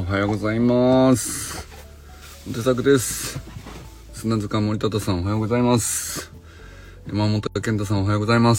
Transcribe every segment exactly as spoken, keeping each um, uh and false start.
はようございます。お手作です。砂塚森田さんおはようございます。山本健太さんおはようございます。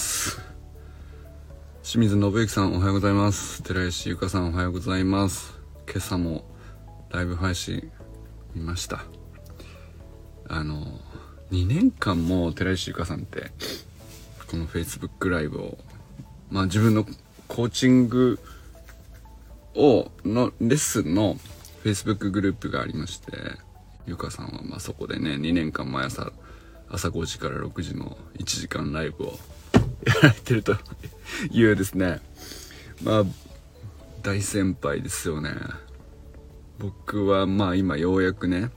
清水信之さんおはようございます。寺石ゆかさんおはようございます。今朝もライブ配信見ました。あのにねんかんも寺石ゆかさんってこの Facebook ライブをまあ自分のコーチングをのレッスンの Facebook グループがありまして、ゆかさんはまあそこでねにねんかん毎朝朝ごじからろくじのいちじかんライブをやられてるというですね、まあ大先輩ですよね。僕はまあ今ようやくね、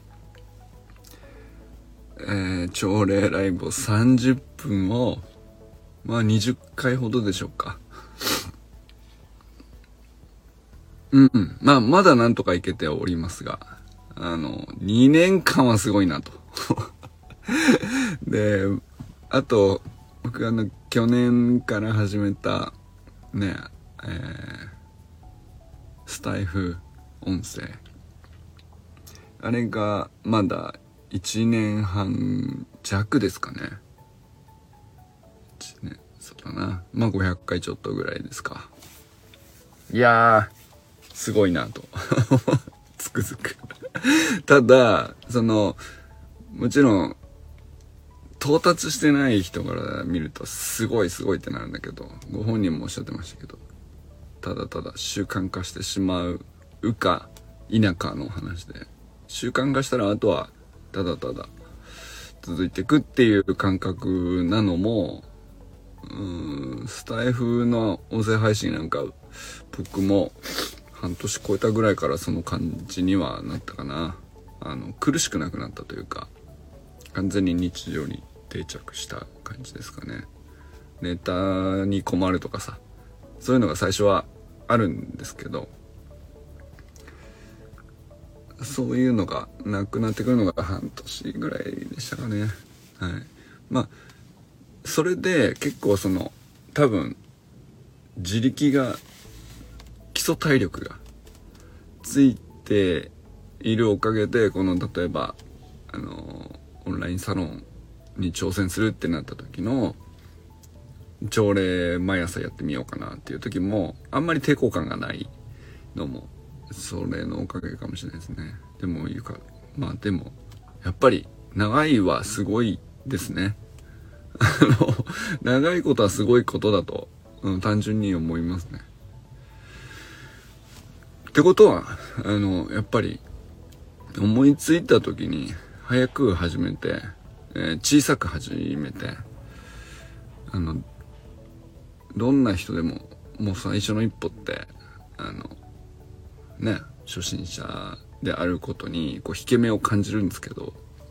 えー、朝礼ライブをさんじゅっぷんをまあにじゅっかいほどでしょうか。うん、うん、まあまだなんとかいけておりますが、あのにねんかんはすごいなとで、あと僕あの去年から始めたね、えー、スタイフ音声、あれがまだいちねんはん弱ですかね。いちねん、そうだな、まあごひゃっかいちょっとぐらいですか。いやーすごいなとつくづくただそのもちろん到達してない人から見るとすごいすごいってなるんだけど、ご本人もおっしゃってましたけど、ただただ習慣化してしまうか否かの話で、習慣化したらあとはただただ続いていくっていう感覚なのも、うーんスタイフの音声配信なんか僕も半年超えたぐらいからその感じにはなったかな。あの苦しくなくなったというか、完全に日常に定着した感じですかね。ネタに困るとかさ、そういうのが最初はあるんですけど、そういうのがなくなってくるのが半年ぐらいでしたかね。はい。まあそれで結構その多分自力が基礎体力がついているおかげで、この例えばあのオンラインサロンに挑戦するってなった時の朝礼毎朝やってみようかなっていう時もあんまり抵抗感がないのもそれのおかげかもしれないですね。でもいうかまあでもやっぱり長いはすごいですね。あの長いことはすごいことだと、うん、単純に思いますね。ってことはあのやっぱり思いついた時に早く始めて、えー、小さく始めて、あのどんな人でももう最初の一歩ってあのね初心者であることにこう引け目を感じるんですけど、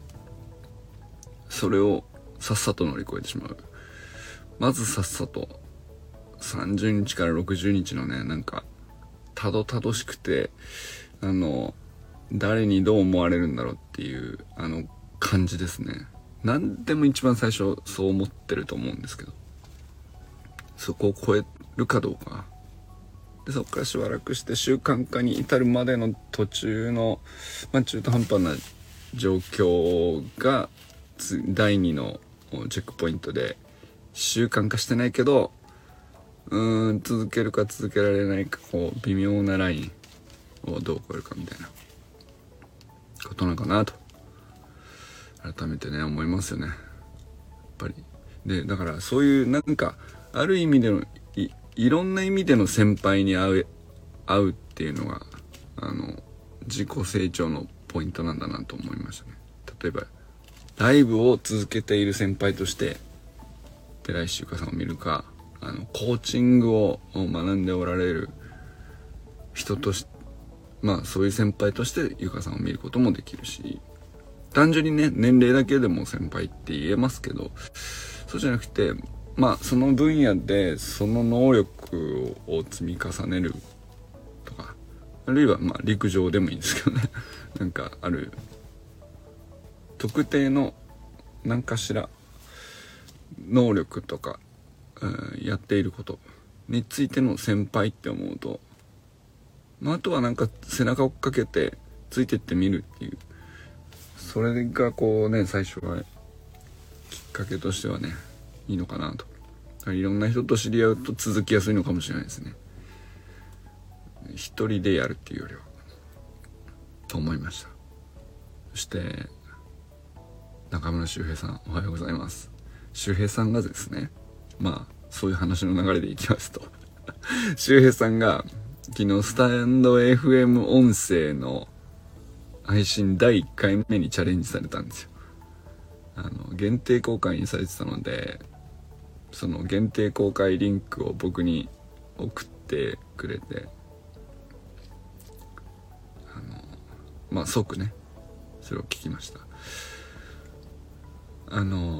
それをさっさと乗り越えてしまう。まずさっさとさんじゅうにちからろくじゅうにちのね、なんかたどたどしくてあの誰にどう思われるんだろうっていうあの感じですね。何でも一番最初そう思ってると思うんですけど、そこを超えるかどうかで、そこからしばらくして習慣化に至るまでの途中の、まあ、中途半端な状況がだいにのチェックポイントで、習慣化してないけどうーん続けるか続けられないか、こう微妙なラインをどう超えるかみたいなことなのかなと改めてね思いますよね、やっぱり。でだからそういうなんかある意味での い, いろんな意味での先輩に会う会うっていうのがあの自己成長のポイントなんだなと思いましたね。例えばライブを続けている先輩として寺石ゆかさんを見るか、あのコーチングを学んでおられる人として、まあそういう先輩としてゆかさんを見ることもできるし、単純にね年齢だけでも先輩って言えますけど、そうじゃなくてまあその分野でその能力を積み重ねるとか、あるいはまあ陸上でもいいんですけどねなんかある特定の何かしら能力とか、うん、やっていることについての先輩って思うと、 まあ、あとはなんか背中追っかけてついてってみるっていう、それがこうね最初はきっかけとしてはねいいのかなと。いろんな人と知り合うと続きやすいのかもしれないですね、一人でやるっていうよりはと思いました。そして中村修平さん、おはようございます。修平さんがですね、まあそういう話の流れでいきますと修平さんが昨日スタンド エフエム 音声の配信だいいっかいめにチャレンジされたんですよ。あの限定公開にされてたので、その限定公開リンクを僕に送ってくれて、あのまあ即ねそれを聞きました。あの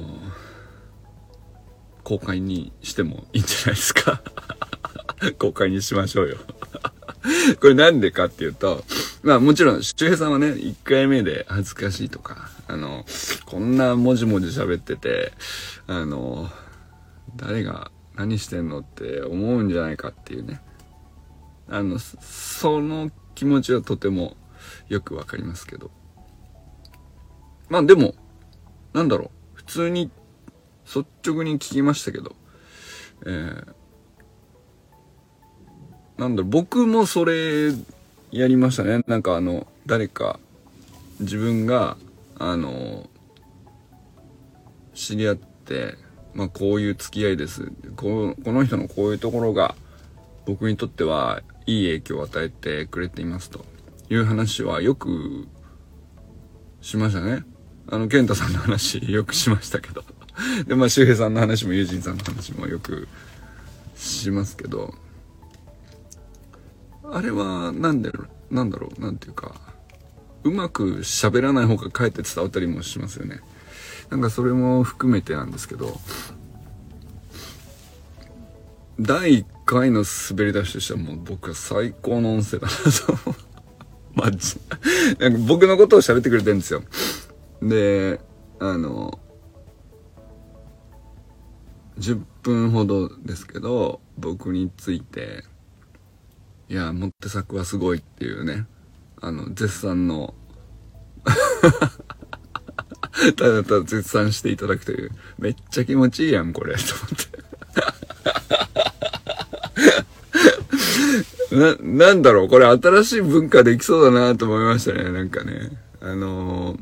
公開にしてもいいんじゃないですか公開にしましょうよこれなんでかっていうと、まあもちろん周平さんはねいっかいめで恥ずかしいとか、あのこんなもじもじ喋ってて、あの誰が何してんのって思うんじゃないかっていうね、あのその気持ちはとてもよくわかりますけど、まあでもなんだろう、普通に率直に聞きましたけど、えー、なんだろう、僕もそれやりましたね。なんかあの誰か自分があの知り合って、まあこういう付き合いです、ここの人のこういうところが僕にとってはいい影響を与えてくれていますという話はよくしましたね。あの健太さんの話よくしましたけどでまあ周平さんの話も友人さんの話もよくしますけど、あれはなんでなんだろう、なんていうかうまく喋らない方がかえって伝わったりもしますよね。なんかそれも含めてなんですけど、だいいっかいの滑り出しとしてはもう僕は最高の音声だなとマジなんか僕のことを喋ってくれてるんですよ。であのじゅっぷんほどですけど僕について、いやモテ作はすごいっていうね、あの絶賛のただただ絶賛していただくという、めっちゃ気持ちいいやんこれと思ってな、なんだろうこれ新しい文化できそうだなと思いましたね。なんかね、あのー、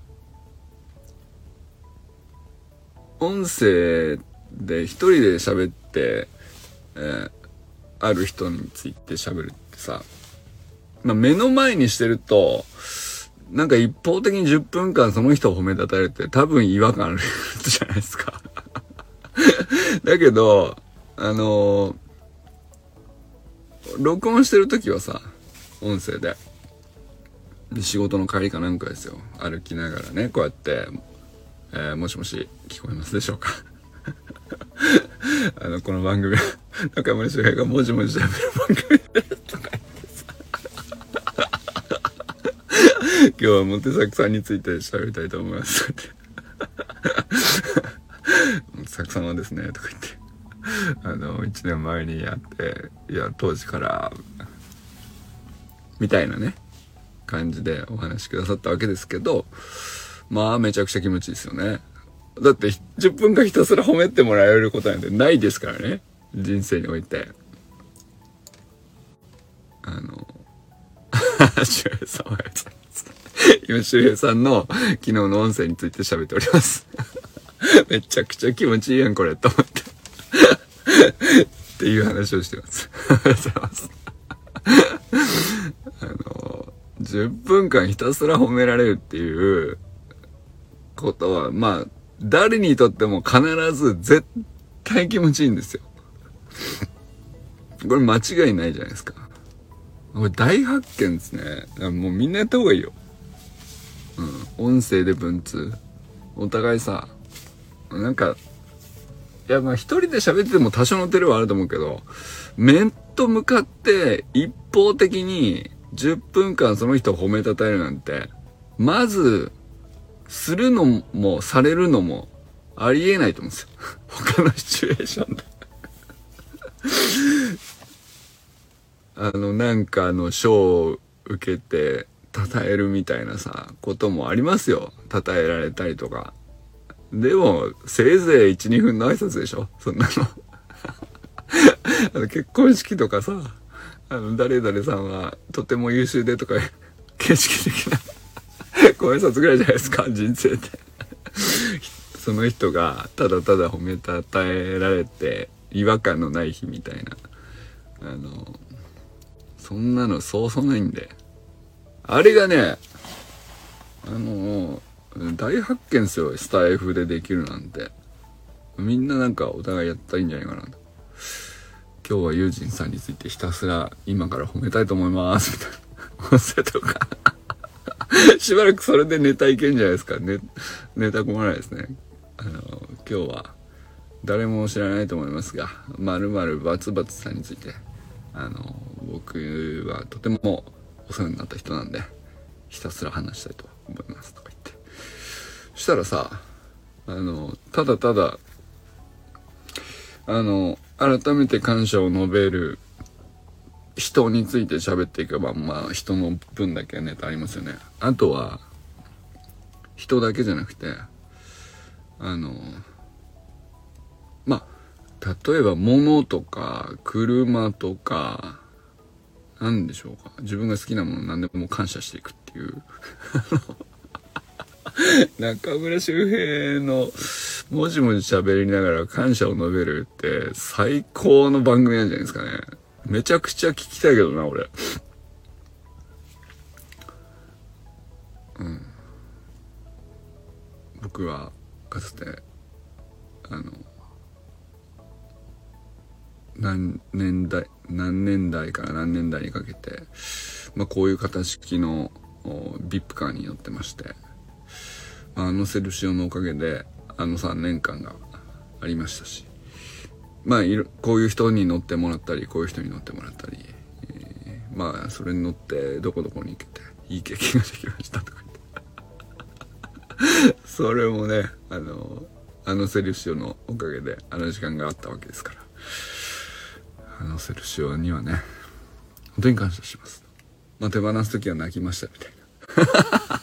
音声で一人で喋って、えー、ある人について喋るってさ、まあ、目の前にしてるとなんか一方的にじゅっぷんかんその人を褒めたたえるって多分違和感あるじゃないですかだけどあのー、録音してる時はさ音声でで仕事の帰りかなんかですよ、歩きながらねこうやって、えー、もしもし聞こえますでしょうかあのこの番組中村修平がもじもじ喋る番組ですとか言ってさ今日はモテ作さんについて喋りたいと思いますってモテ作さんはですねとか言ってあのいちねんまえにやって、いや当時からみたいなね感じでお話しくださったわけですけど、まあめちゃくちゃ気持ちいいですよね。だってじゅっぷんかんひたすら褒めてもらえることなんてないですからね、人生において。あの周平さんは今周平さんの昨日の音声について喋っておりますめちゃくちゃ気持ちいいやんこれと思ってっていう話をしてますありがとうございますあのじゅっぷんかんひたすら褒められるっていうことはまあ誰にとっても必ず絶対気持ちいいんですよ。これ間違いないじゃないですか。これ大発見ですね。もうみんなやった方がいいよ。うん、音声で文通お互いさ、なんかいやまあ一人で喋ってても多少の照れはあると思うけど、面と向かって一方的にじゅっぷんかんその人を褒めたたえるなんて、まずするのもされるのもありえないと思うんですよ他のシチュエーションであのなんかの賞を受けて称えるみたいなさこともありますよ。称えられたりとか。でもせいぜいいち、にふんの挨拶でしょそんなの。あの結婚式とかさ、あの誰々さんはとても優秀でとか形式的なご挨拶ぐらいじゃないですか、人生で。その人がただただ褒めたたえられて違和感のない日みたいな、あのそんなのそうそうないんで、あれがね、あの大発見ですよ。スタイフでできるなんて。みんななんかお互いやったらいいんじゃないかなと。今日はユージンさんについてひたすら今から褒めたいと思いますみたいな音声とかしばらくそれでネタいけんじゃないですか。ね、ネタ困らないですね。あの今日は誰も知らないと思いますが、〇〇バツバツさんについて、あの僕はとてもお世話になった人なんでひたすら話したいと思いますとか言って、そしたらさ、あのただただあの改めて感謝を述べる人について喋っていけば、まあ人の分だけネタありますよね。あとは人だけじゃなくて、あのまあ例えば物とか車とかなんでしょうか、自分が好きなもの何でも感謝していくっていう中村周平のもじもじ喋りながら感謝を述べるって最高の番組なんじゃないですかね。めちゃくちゃ聞きたいけどな俺。うん。僕はかつてあの何年代何年代から何年代にかけて、まあ、こういう型式の ブイアイピー カーに乗ってまして、あのセルシオのおかげであのさんねんかんがありましたし、まあいろこういう人に乗ってもらったりこういう人に乗ってもらったり、えー、まあそれに乗ってどこどこに行けていい経験ができましたとか言ってそれもね、あのあのセルシオのおかげであの時間があったわけですから、あのセルシオにはね本当に感謝します。まあ手放す時は泣きましたみたいな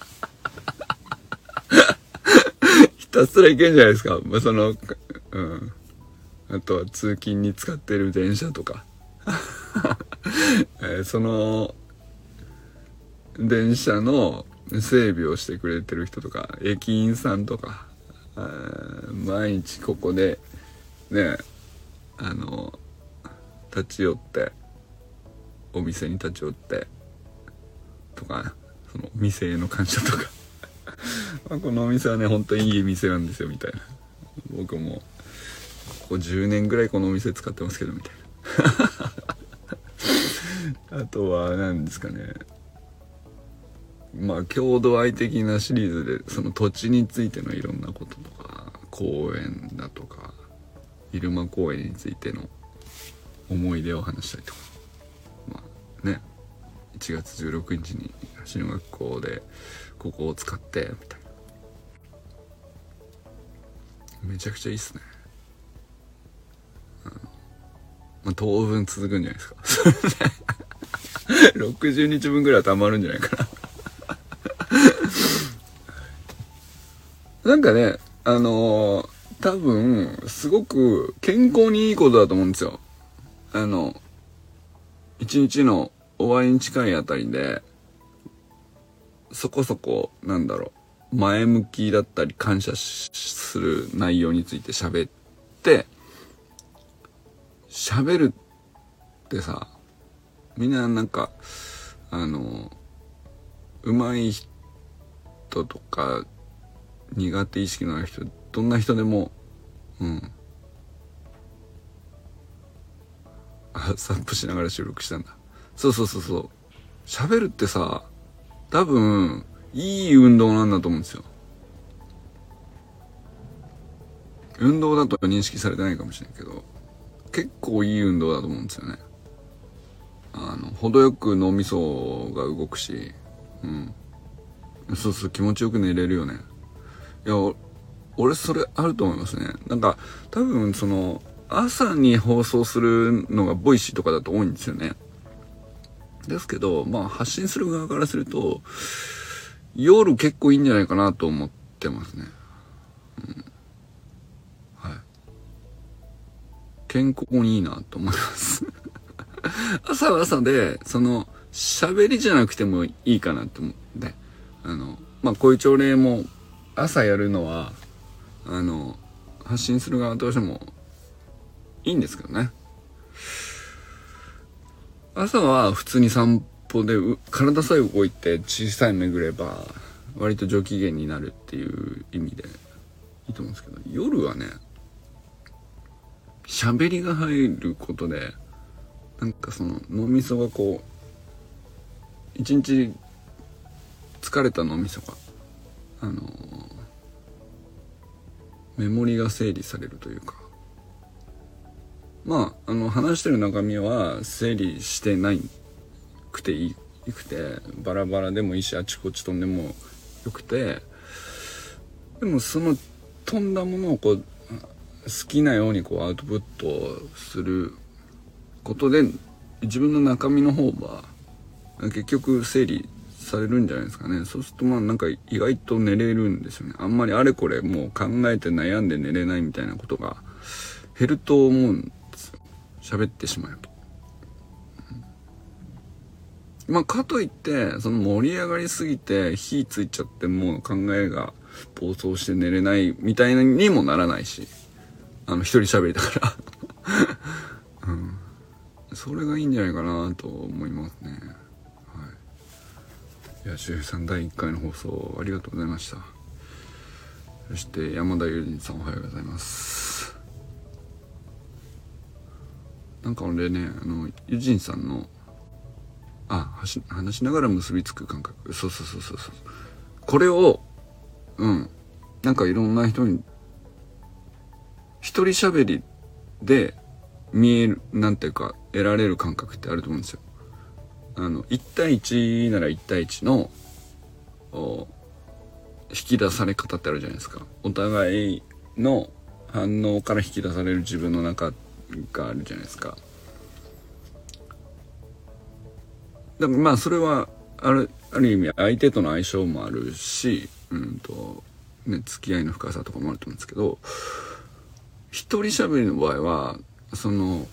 ひたすらいけんじゃないですか。まあ、そのうんあとは通勤に使ってる電車とか、えー、その電車の整備をしてくれてる人とか駅員さんとか、毎日ここでね、あの立ち寄ってお店に立ち寄ってとか、その店への感謝とかこのお店はね本当にいい店なんですよみたいな、僕もここじゅうねんぐらいこのお店使ってますけどみたいなあとは何ですかね、まあ郷土愛的なシリーズでその土地についてのいろんなこととか、公園だとか入間公園についての思い出を話したりとか、まあねいちがつじゅうろくにちに橋の学校でここを使ってみたいな、めちゃくちゃいいっすね。まあ、当分続くんじゃないですかろくじゅうにちぶんぐらいはたまるんじゃないかななんかね、あのー、多分すごく健康にいいことだと思うんですよ。あの一日の終わりに近いあたりでそこそこなんだろう前向きだったり感謝する内容について喋って喋るってさ、みんななんかあの上手い人とか苦手意識のある人、どんな人でもうんあ散歩しながら収録したんだ。そうそうそうそう、喋るってさ多分いい運動なんだと思うんですよ。運動だと認識されてないかもしれないけど結構いい運動だと思うんですよね。あの程よく脳みそが動くし、うん、そうそう気持ちよく寝れるよね。いや俺それあると思いますね。なんか多分その朝に放送するのがボイシーとかだと多いんですよね。 ですけど、まあ発信する側からすると、夜結構いいんじゃないかなと思ってますね。うん、はい。健康にいいなと思います。朝は朝で、その、喋りじゃなくてもいいかなと思って、あの、まあこういう朝礼も朝やるのは、あの、発信する側としてもいいんですけどね。朝は普通に散歩で体さえ動いて小さい巡れば割と上機嫌になるっていう意味でいいと思うんですけど、夜はね、喋りが入ることでなんかその脳みそがこう一日疲れた脳みそがあのー、メモリが整理されるというか、まああの話してる中身は整理してないくていいくてバラバラでもいいしあちこち飛んでもよくて、でもその飛んだものをこう好きなようにこうアウトプットすることで自分の中身の方は結局整理されるんじゃないですかね。そうするとまあなんか意外と寝れるんですよね。あんまりあれこれもう考えて悩んで寝れないみたいなことが減ると思うんですよ、喋ってしまうと。まあかといってその盛り上がりすぎて火ついちゃってもう考えが暴走して寝れないみたいにもならないし、あの一人喋りだから、うん、それがいいんじゃないかなと思いますね。はい。いや、周平さんだいいっかいの放送ありがとうございました。そして山田友人さんおはようございます。なんか俺ね、あの友人さんのあ話しながら結びつく感覚、そうそうそうそうそう、これをうんなんかいろんな人に一人喋りで見えるなんていうか得られる感覚ってあると思うんですよ。あのいち対いちならいち対いちの引き出され方ってあるじゃないですか。お互いの反応から引き出される自分の中があるじゃないですか。だからまあそれはあるある意味相手との相性もあるし、うんとね、付き合いの深さとかもあると思うんですけど、一人喋りの場合はその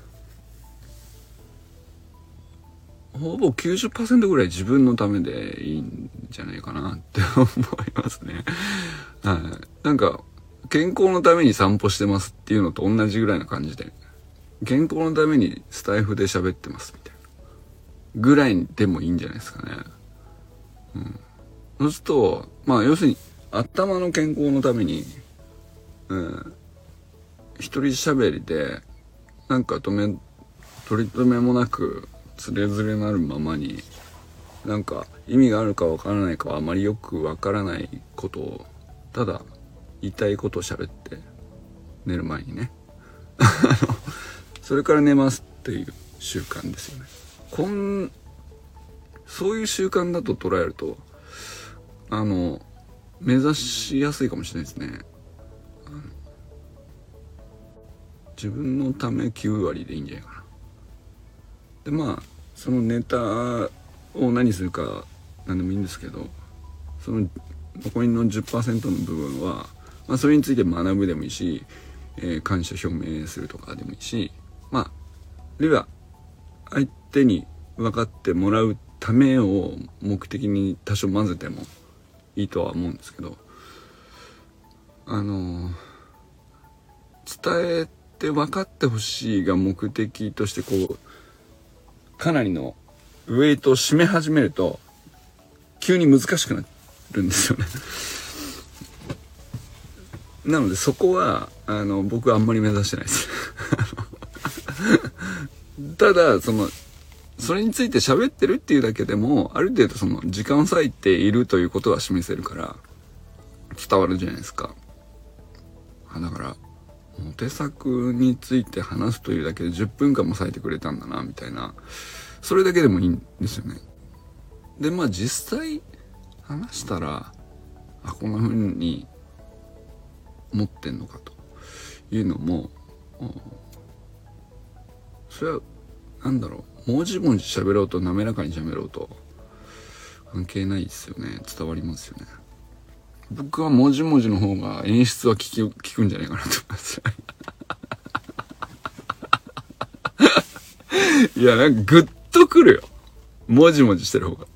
ほぼ きゅうじゅっパーセント ぐらい自分のためでいいんじゃないかなって思いますね。はい。なんか健康のために散歩してますっていうのと同じぐらいな感じで、健康のためにスタイフで喋ってますみたいなぐらいでもいいんじゃないですかね。うん。そうするとまあ要するに頭の健康のために、うん、一人喋りでなんか止め取り留めもなくつれづれなるままになんか意味があるかわからないかはあまりよくわからないことをただ言いたいことを喋って寝る前にねそれから寝ますっていう習慣ですよね。こんそういう習慣だと捉えるとあの目指しやすいかもしれないですね。自分のためきゅう割でいいんじゃないかな。でまあそのネタを何するか何でもいいんですけど、その残りの じゅっパーセント の部分は、まあ、それについて学ぶでもいいし、えー、感謝表明するとかでもいいし、まああるいは相手に分かってもらうためを目的に多少混ぜてもいいとは思うんですけど、あの伝えて分かってほしいが目的としてこうかなりのウェイトを締め始めると急に難しくなるんですよねなのでそこはあの僕はあんまり目指してないですただそのそれについて喋ってるっていうだけでもある程度その時間を割いているということは示せるから伝わるじゃないですか。だからモテ作について話すというだけでじゅっぷんかんも割いてくれたんだなみたいな、それだけでもいいんですよね。でまあ実際話したらあこんな風に持ってんのかというのも、それはなんだろう、 もじもじ喋ろうと滑らかに喋ろうと関係ないですよね。伝わりますよね。僕はもじもじの方が演出は効き、効くんじゃないかなと思いますいや、なんかグッとくるよ。もじもじしてる方が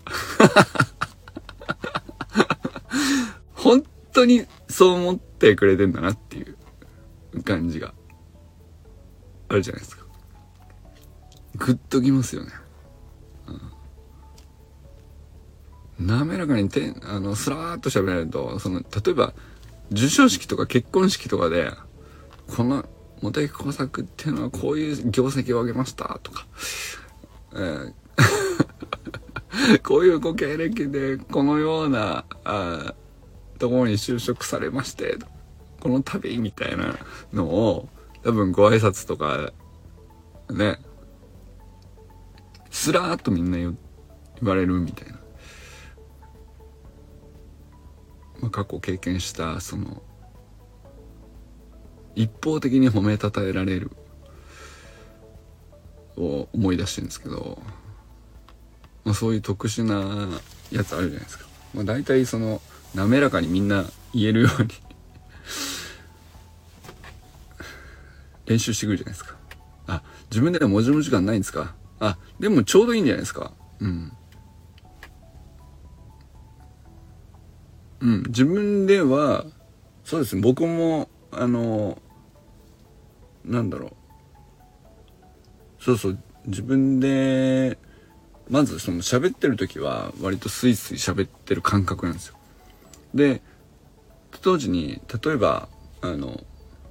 本当にそう思ってくれてんだなっていう感じがあるじゃないですか。グッときますよね。うん、滑らかにてあのスラーっと喋られると、その例えば授賞式とか結婚式とかで、この茂木工作っていうのはこういう業績を上げましたとか、えーこういうご経歴でこのようなあところに就職されまして、この度みたいなのを多分ご挨拶とかね、スラーっとみんな言われるみたいな、まあ、過去経験したその一方的に褒めたたえられるを思い出してるんですけど、まあ、そういう特殊なやつあるじゃないですか。まあ、大体その滑らかにみんな言えるように練習してくるじゃないですか。あ、自分ではもじもじ感ないんですか。あ、でもちょうどいいんじゃないですか。うんうん自分ではそうですね。僕もあのなんだろう、そうそう、自分でまずその喋ってる時は割とスイスイ喋ってる感覚なんですよ。で当時に例えばあの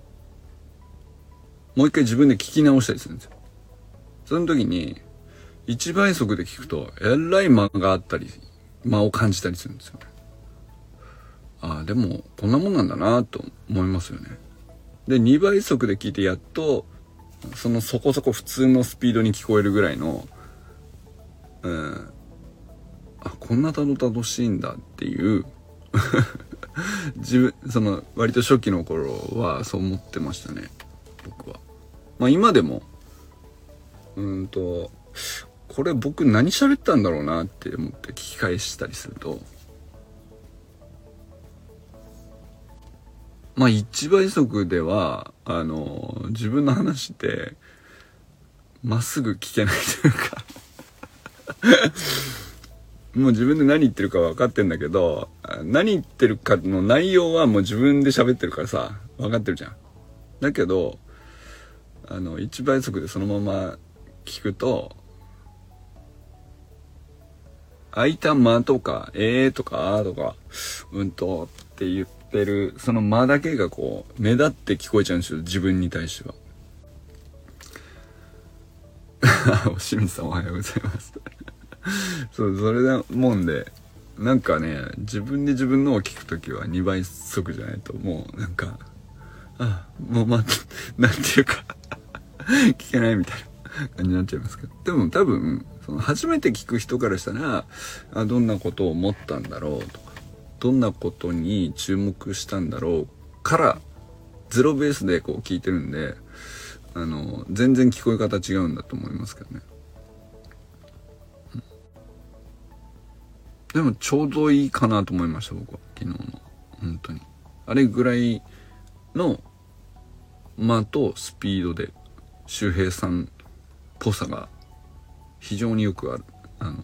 もう一回自分で聞き直したりするんですよ。その時に一倍速で聞くとえらい間があったり間を感じたりするんですよね。ああでもこんなもんなんだなと思いますよね。でにばい速で聞いてやっとそのそこそこ普通のスピードに聞こえるぐらいの、うん、あこんなたどたどしいんだっていう自分その割と初期の頃はそう思ってましたね、僕は。まあ今でもうんとこれ僕何喋ったんだろうなって思って聞き返したりすると、まあ一倍速ではあの自分の話ってまっすぐ聞けないというかもう自分で何言ってるか分かってんだけど、何言ってるかの内容はもう自分で喋ってるからさ分かってるじゃん。だけどあの一倍速でそのまま聞くと空いた間とかえーとかあーとかうんとって言ってるその間だけがこう目立って聞こえちゃうんですよ、自分に対しては。お清水さんおはようございますそうそれだもんで、なんかね自分で自分のを聞くときはにばい速じゃないともうなんかあもうまなんていうか聞けないみたいな感じになっちゃいますけど、でも多分その初めて聞く人からしたらあどんなことを思ったんだろうとか、どんなことに注目したんだろうからゼロベースでこう聞いてるんで、あの全然聞こえ方違うんだと思いますけどね。でもちょうどいいかなと思いました、僕は昨日の。本当にあれぐらいの間とスピードで周平さんっぽさが非常によくある、あの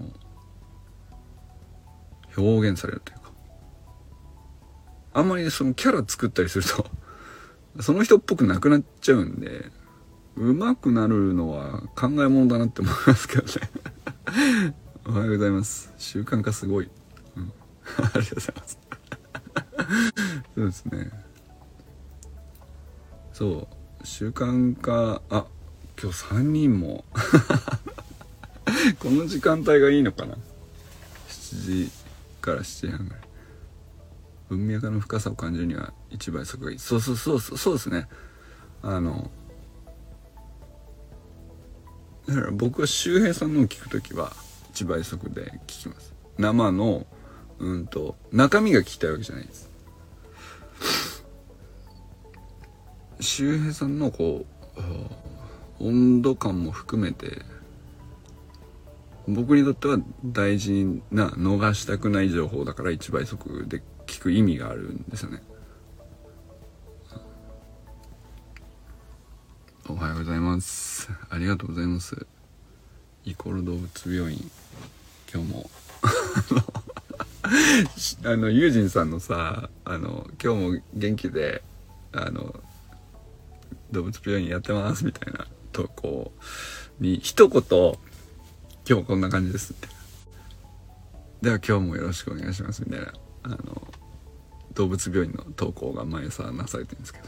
表現されるというか、あんまりそのキャラ作ったりするとその人っぽくなくなっちゃうんで、上手くなるのは考え物だなって思いますけどねおはようございます。習慣化すごい、うん、ありがとうございますそうですね、そう習慣化、あ今日さんにんもこの時間帯がいいのかな、しちじからしちじはんぐらい。文脈の深さを感じるには一倍速がいい。そうそうそうそうそうですね。あのだから僕は周平さんのを聞くときは一倍速で聞きます。生のうんと中身が聞きたいわけじゃないです。周平さんのこう温度感も含めて僕にとっては大事な逃したくない情報だからいちばい速で聞く意味があるんですよね。おはようございます。ありがとうございます。イコール動物病院、今日もあのユージンさんのさ、あの今日も元気であの動物病院やってますみたいな投稿に一言、今日こんな感じですって、では今日もよろしくお願いしますみたいな、あの動物病院の投稿が毎朝なされてるんですけど、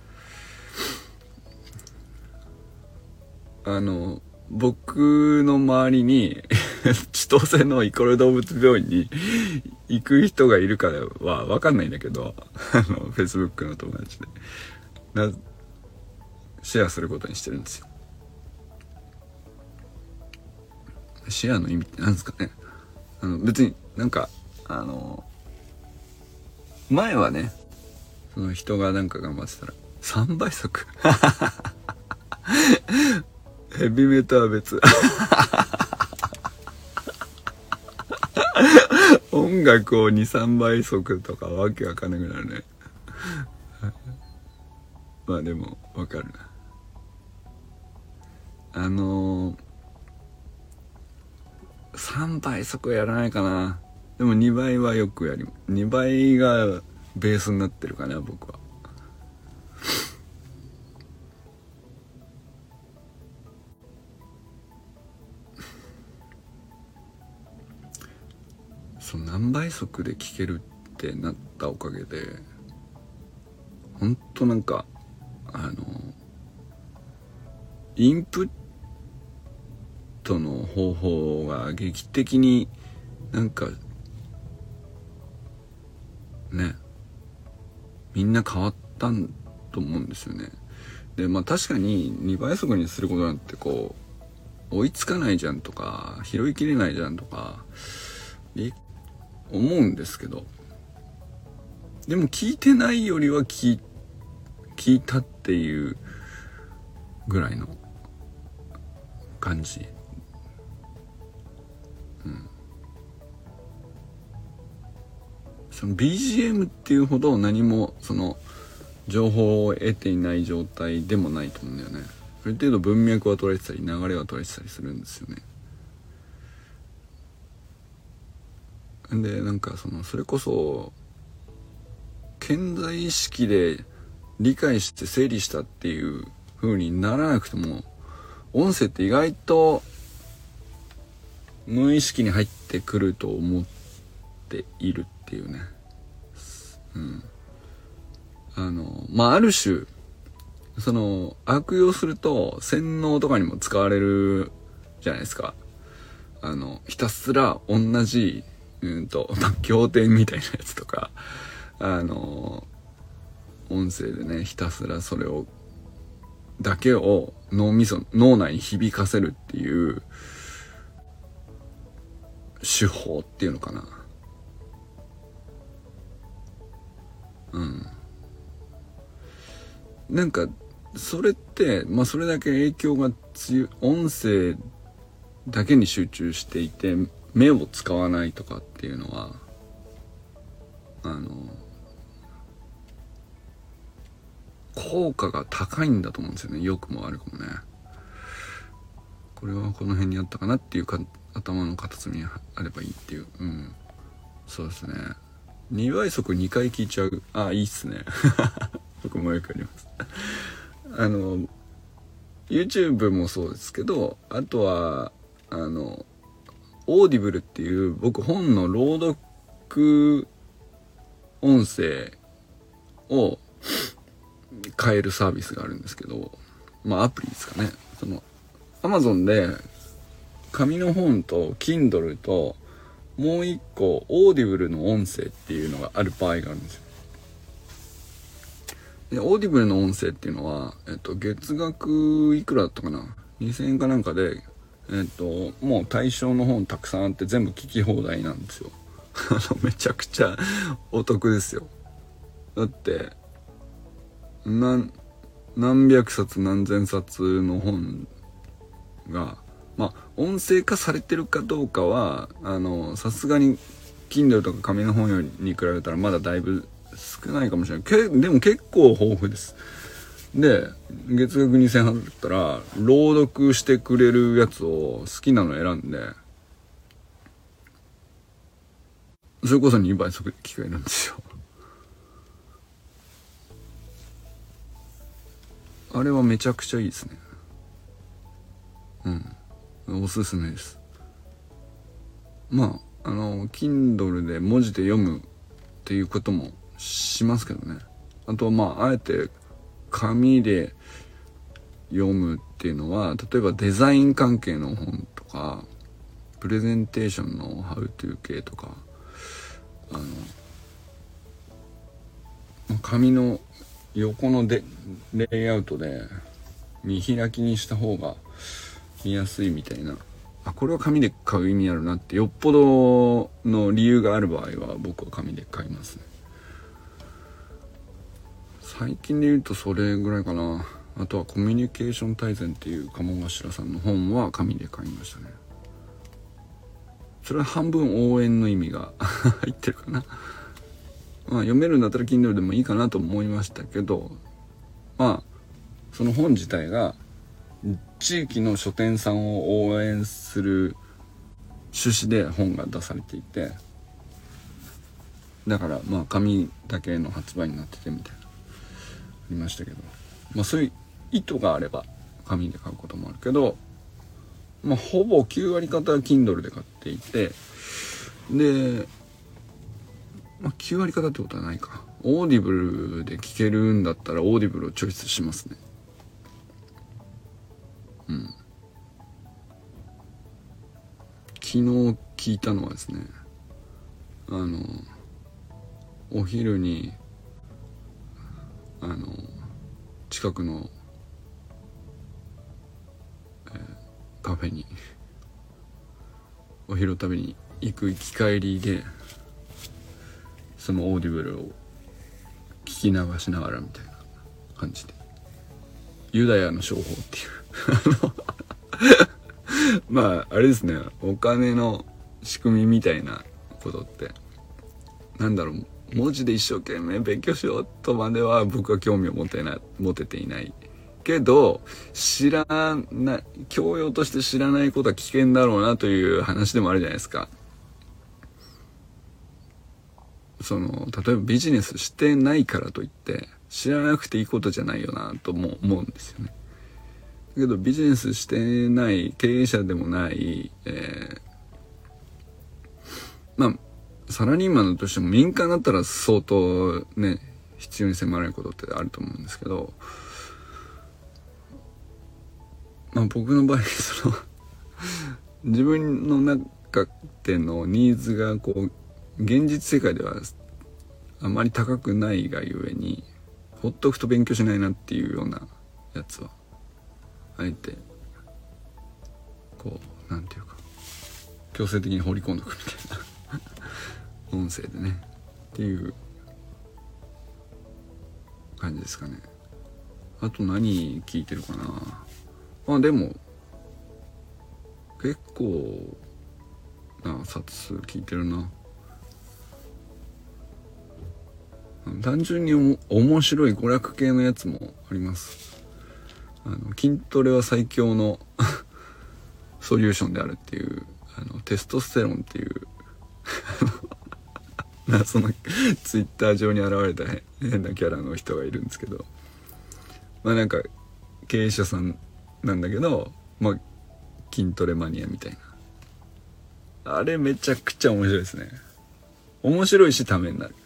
あの僕の周りに千歳のイコール動物病院に行く人がいるかは分かんないんだけど、あのフェイスブックの友達でなシェアすることにしてるんですよ。シェアの意味って何ですかね。あの別になんかあの前はね、その人がなんか頑張ってたらさんばい速ヘビメタは別音楽をに、さんばい速とかわけわかんなくなるねまあでもわかるな。あのー、さんばい速やらないかな。でもにばいはよくやり、にばいがベースになってるかな、僕は。そう、何倍速で聴けるってなったおかげで、ほんとなんかあのインプットの方法が劇的になんかね、みんな変わったんと思うんですよね。でまあ確かににばい速にすることなんてこう追いつかないじゃんとか拾いきれないじゃんとか思うんですけど、でも聞いてないよりは聞い、聞いたっていうぐらいの感じ。うん。その ビージーエム っていうほど何もその情報を得ていない状態でもないと思うんだよね。ある程度文脈は取られてたり流れは取られてたりするんですよね。でなんかそのそれこそ顕在意識で理解して整理したっていう風にならなくても、音声って意外と無意識に入ってくると思っているっていうね。うん。あのまあある種その悪用すると洗脳とかにも使われるじゃないですか。あのひたすら同じうんと経典みたいなやつとか、あの音声でねひたすらそれをだけを脳みそ脳内に響かせるっていう手法っていうのかな。うんなんかそれってまあそれだけ影響が強い、音声だけに集中していて目を使わないとかっていうのはあの効果が高いんだと思うんですよね。良くも悪くもね。これはこの辺にあったかなっていうか頭の片隅にあればいいっていう。うんそうですね。にばい速にかい聞いちゃう。あいいっすね僕もよくありますあの YouTube もそうですけど、あとはあのオーディブルっていう僕本の朗読音声を変えるサービスがあるんですけど、まあアプリですかね。その Amazon で紙の本と Kindle ともう一個オーディブルの音声っていうのがある場合があるんですよ。でオーディブルの音声っていうのは、えっと、月額いくらだったかな、にせんえんかなんかで、えっと、もう対象の本たくさんあって全部聞き放題なんですよめちゃくちゃお得ですよ。だって何何百冊何千冊の本がまあ音声化されてるかどうかはあのさすがに Kindle とか紙の本よりに比べたらまだだいぶ少ないかもしれないけでも結構豊富です。で月額にせんえん払ったら朗読してくれるやつを好きなの選んで、それこそにばい速で聞こえるんですよ。あれはめちゃくちゃいいですね。うんおすすめです。まああの Kindle で文字で読むっていうこともしますけどね。あとはまああえて紙で読むっていうのは、例えばデザイン関係の本とかプレゼンテーションのハウトゥー系とか、あの紙の横のでレイアウトで見開きにした方が見やすいみたいな、あこれは紙で買う意味あるなってよっぽどの理由がある場合は僕は紙で買いますね。最近で言うとそれぐらいかな。あとはコミュニケーション大全っていう鴨頭さんの本は紙で買いましたね。それは半分応援の意味が入ってるかな。まあ読めるんだったら Kindle でもいいかなと思いましたけど、まあその本自体が地域の書店さんを応援する趣旨で本が出されていて、だからまあ紙だけの発売になっててみたいなありましたけど、まあそういう意図があれば紙で買うこともあるけど、まあほぼきゅう割方は Kindle で買っていて、で、まあ、きゅう割方ってことはないか、オーディブルで聞けるんだったらオーディブルをチョイスしますね。うん昨日聞いたのはですね、あのお昼にあの近くの、えー、カフェにお昼食べに行く行き帰りでそのオーディブルを聞き流しながらみたいな感じで、ユダヤの商法っていうまああれですね、お金の仕組みみたいなことってなんだろう、文字で一生懸命勉強しようとまでは僕は興味を持てない持てていないけど、知らない教養として知らないことは危険だろうなという話でもあるじゃないですか。その例えばビジネスしてないからといって知らなくていいことじゃないよなとも思うんですよね。だけどビジネスしてない経営者でもない、えー、まあサラリーマンだとしても民間だったら相当ね必要に迫られることってあると思うんですけど、まあ僕の場合その自分の中でのニーズがこう現実世界ではあまり高くないがゆえにほっとくと勉強しないなっていうようなやつはあえてこうなんていうか強制的に放り込んでおくみたいな音声でねっていう感じですかね。あと何聞いてるかな。あでも結構な冊数聞いてるな。単純にお面白い娯楽系のやつもあります。あの筋トレは最強のソリューションであるっていうあのテストステロンっていうそのツイッター上に現れた変なキャラの人がいるんですけど、まあなんか経営者さんなんだけど、まあ筋トレマニアみたいな、あれめちゃくちゃ面白いですね。面白いしためになる。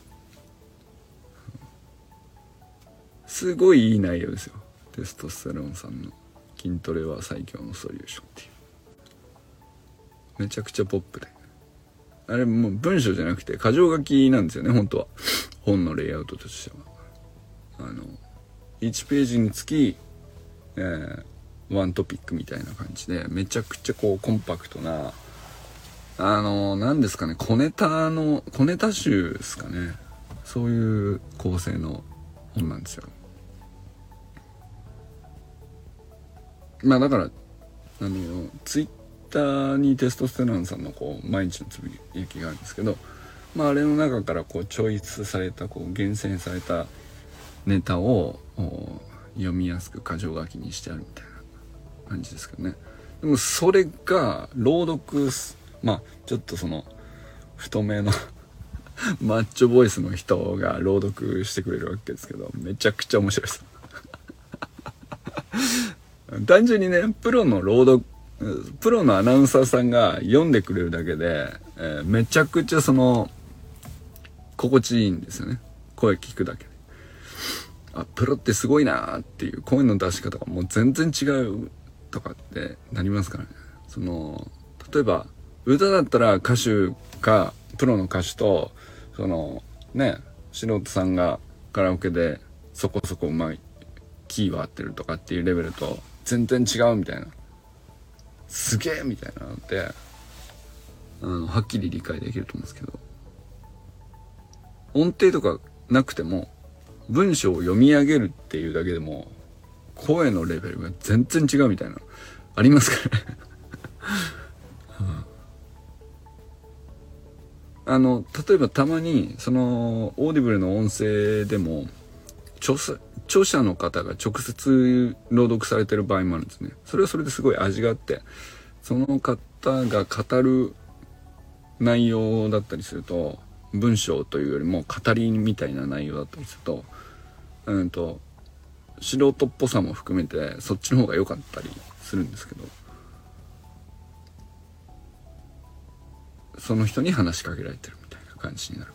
すごいいい内容ですよ。テストステロンさんの筋トレは最強のソリューションっていう、めちゃくちゃポップで、あれもう文章じゃなくて箇条書きなんですよね本当は。本のレイアウトとしてはあのいちページにつき、えー、ワントピックみたいな感じでめちゃくちゃこうコンパクトな、あの何ですかね、小ネタの小ネタ集ですかね、そういう構成の本なんですよ。まあだからあのツイッターにテストステロンさんのこう毎日のつぶやきがあるんですけど、まあ、あれの中からこうチョイスされたこう厳選されたネタを読みやすく箇条書きにしてあるみたいな感じですけどね。でもそれが朗読、まあちょっとその太めのマッチョボイスの人が朗読してくれるわけですけど、めちゃくちゃ面白いです単純にね、プロの朗読プロのアナウンサーさんが読んでくれるだけで、えー、めちゃくちゃその心地いいんですよね。声聞くだけで、あ、プロってすごいなーっていう声の出し方がもう全然違うとかってなりますからね。その例えば歌だったら歌手かプロの歌手とそのね素人さんがカラオケでそこそこうまいキーは合ってるとかっていうレベルと全然違うみたいな、すげえみたいなのってあのはっきり理解できると思うんですけど、音程とかなくても文章を読み上げるっていうだけでも声のレベルが全然違うみたいなありますからねあの例えばたまにそのオーディブルの音声でも著者著者の方が直接朗読されてる場合もあるんですね。それはそれですごい味があって、その方が語る内容だったりすると、文章というよりも語りみたいな内容だったりすると、うんと素人っぽさも含めてそっちの方が良かったりするんですけど、その人に話しかけられてるみたいな感じになるから。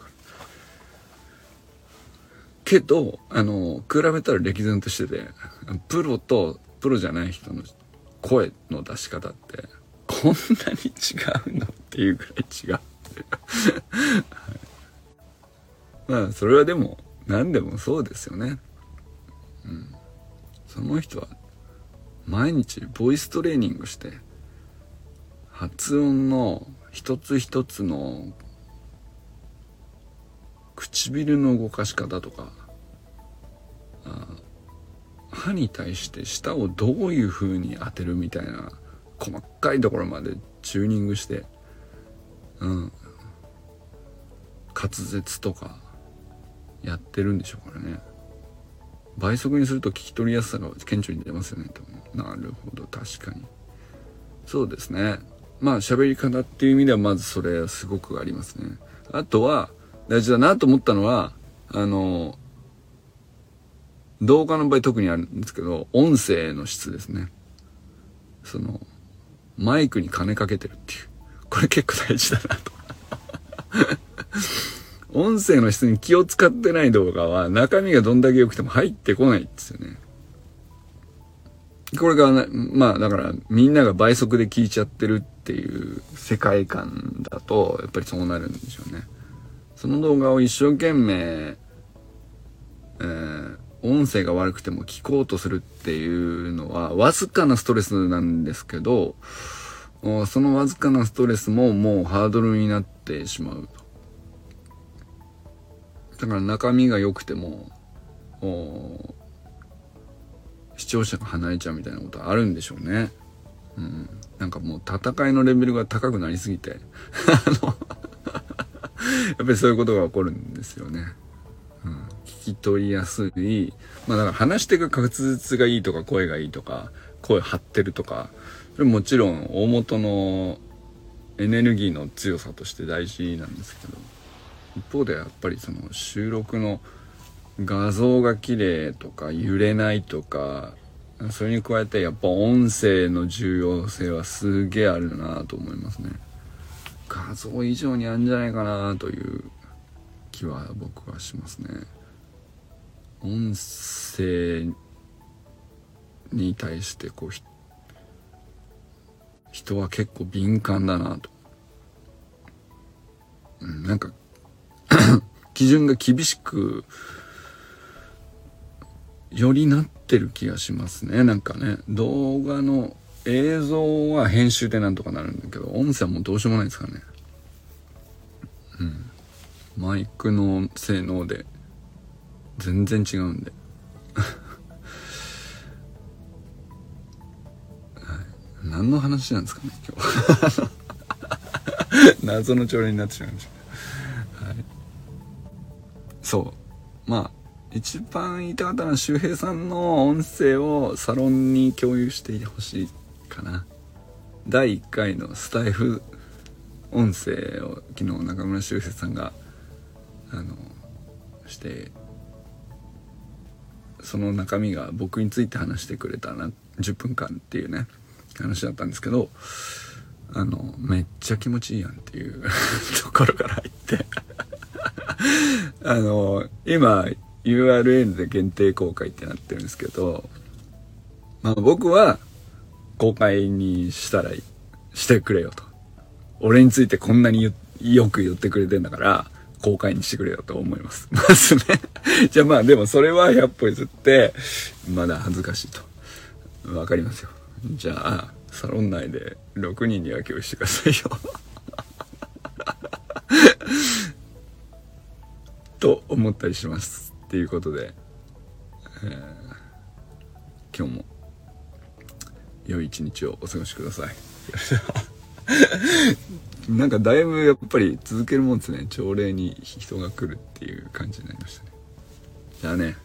けどあの比べたら歴然としてて、プロとプロじゃない人の声の出し方ってこんなに違うのっていうぐらい違うまあそれはでも何でもそうですよね。うん、その人は毎日ボイストレーニングして発音の一つ一つの唇の動かし方とか、あ歯に対して舌をどういう風に当てるみたいな細かいところまでチューニングして、うん、滑舌とかやってるんでしょうからね。倍速にすると聞き取りやすさが顕著に出ますよね。となるほど、確かにそうですね。まあ喋り方っていう意味ではまずそれはすごくありますね。あとは大事だなと思ったのは、あの動画の場合特にあるんですけど、音声の質ですね。そのマイクに金かけてるっていう、これ結構大事だなと音声の質に気を使ってない動画は中身がどんだけ良くても入ってこないんですよね。これがまあだからみんなが倍速で聞いちゃってるっていう世界観だとやっぱりそうなるんでしょうね。その動画を一生懸命、えー、音声が悪くても聞こうとするっていうのはわずかなストレスなんですけど、そのわずかなストレスももうハードルになってしまうと。だから中身が良くても視聴者が離れちゃうみたいなことあるんでしょうね。うん、なんかもう戦いのレベルが高くなりすぎてあのやっぱりそういうことが起こるんですよね。うん、聞き取りやすい、まあだから話し手が滑舌がいいとか声がいいとか声張ってるとか、それもちろん大元のエネルギーの強さとして大事なんですけど、一方でやっぱりその収録の画像が綺麗とか揺れないとか、それに加えてやっぱ音声の重要性はすげえあるなと思いますね。画像以上にあるんじゃないかなという気は僕はしますね。音声に対してこう人は結構敏感だなと、うん、なんか基準が厳しくよりなってる気がしますね。なんかね、動画の映像は編集でなんとかなるんだけど、音声はもうどうしようもないですからね。うん。マイクの性能で全然違うんで、はい、 何の話なんですかね今日謎の朝礼になってしまいました、はい、そうまあ一番言いたかったのは周平さんの音声をサロンに共有してほしいかな。だいいっかいのスタイフ音声を昨日中村周平さんがあのしてその中身が僕について話してくれたなじゅっぷんかんっていうね話だったんですけど、あのめっちゃ気持ちいいやんっていうところから入ってあの今 ユーアールエル で限定公開ってなってるんですけど、まあ僕は公開にしたらしてくれよと、俺についてこんなによく言ってくれてんだから公開にしてくれよと思いますまずねじゃあまあでもそれはひゃっぽ譲ってまだ恥ずかしいとわかりますよ。じゃあサロン内でろくにんには共有してくださいよと思ったりしますっていうことで、えー、今日も良い一日をお過ごしくださいなんかだいぶやっぱり続けるもんですね。朝礼に人が来るっていう感じになりましたね。じゃあね。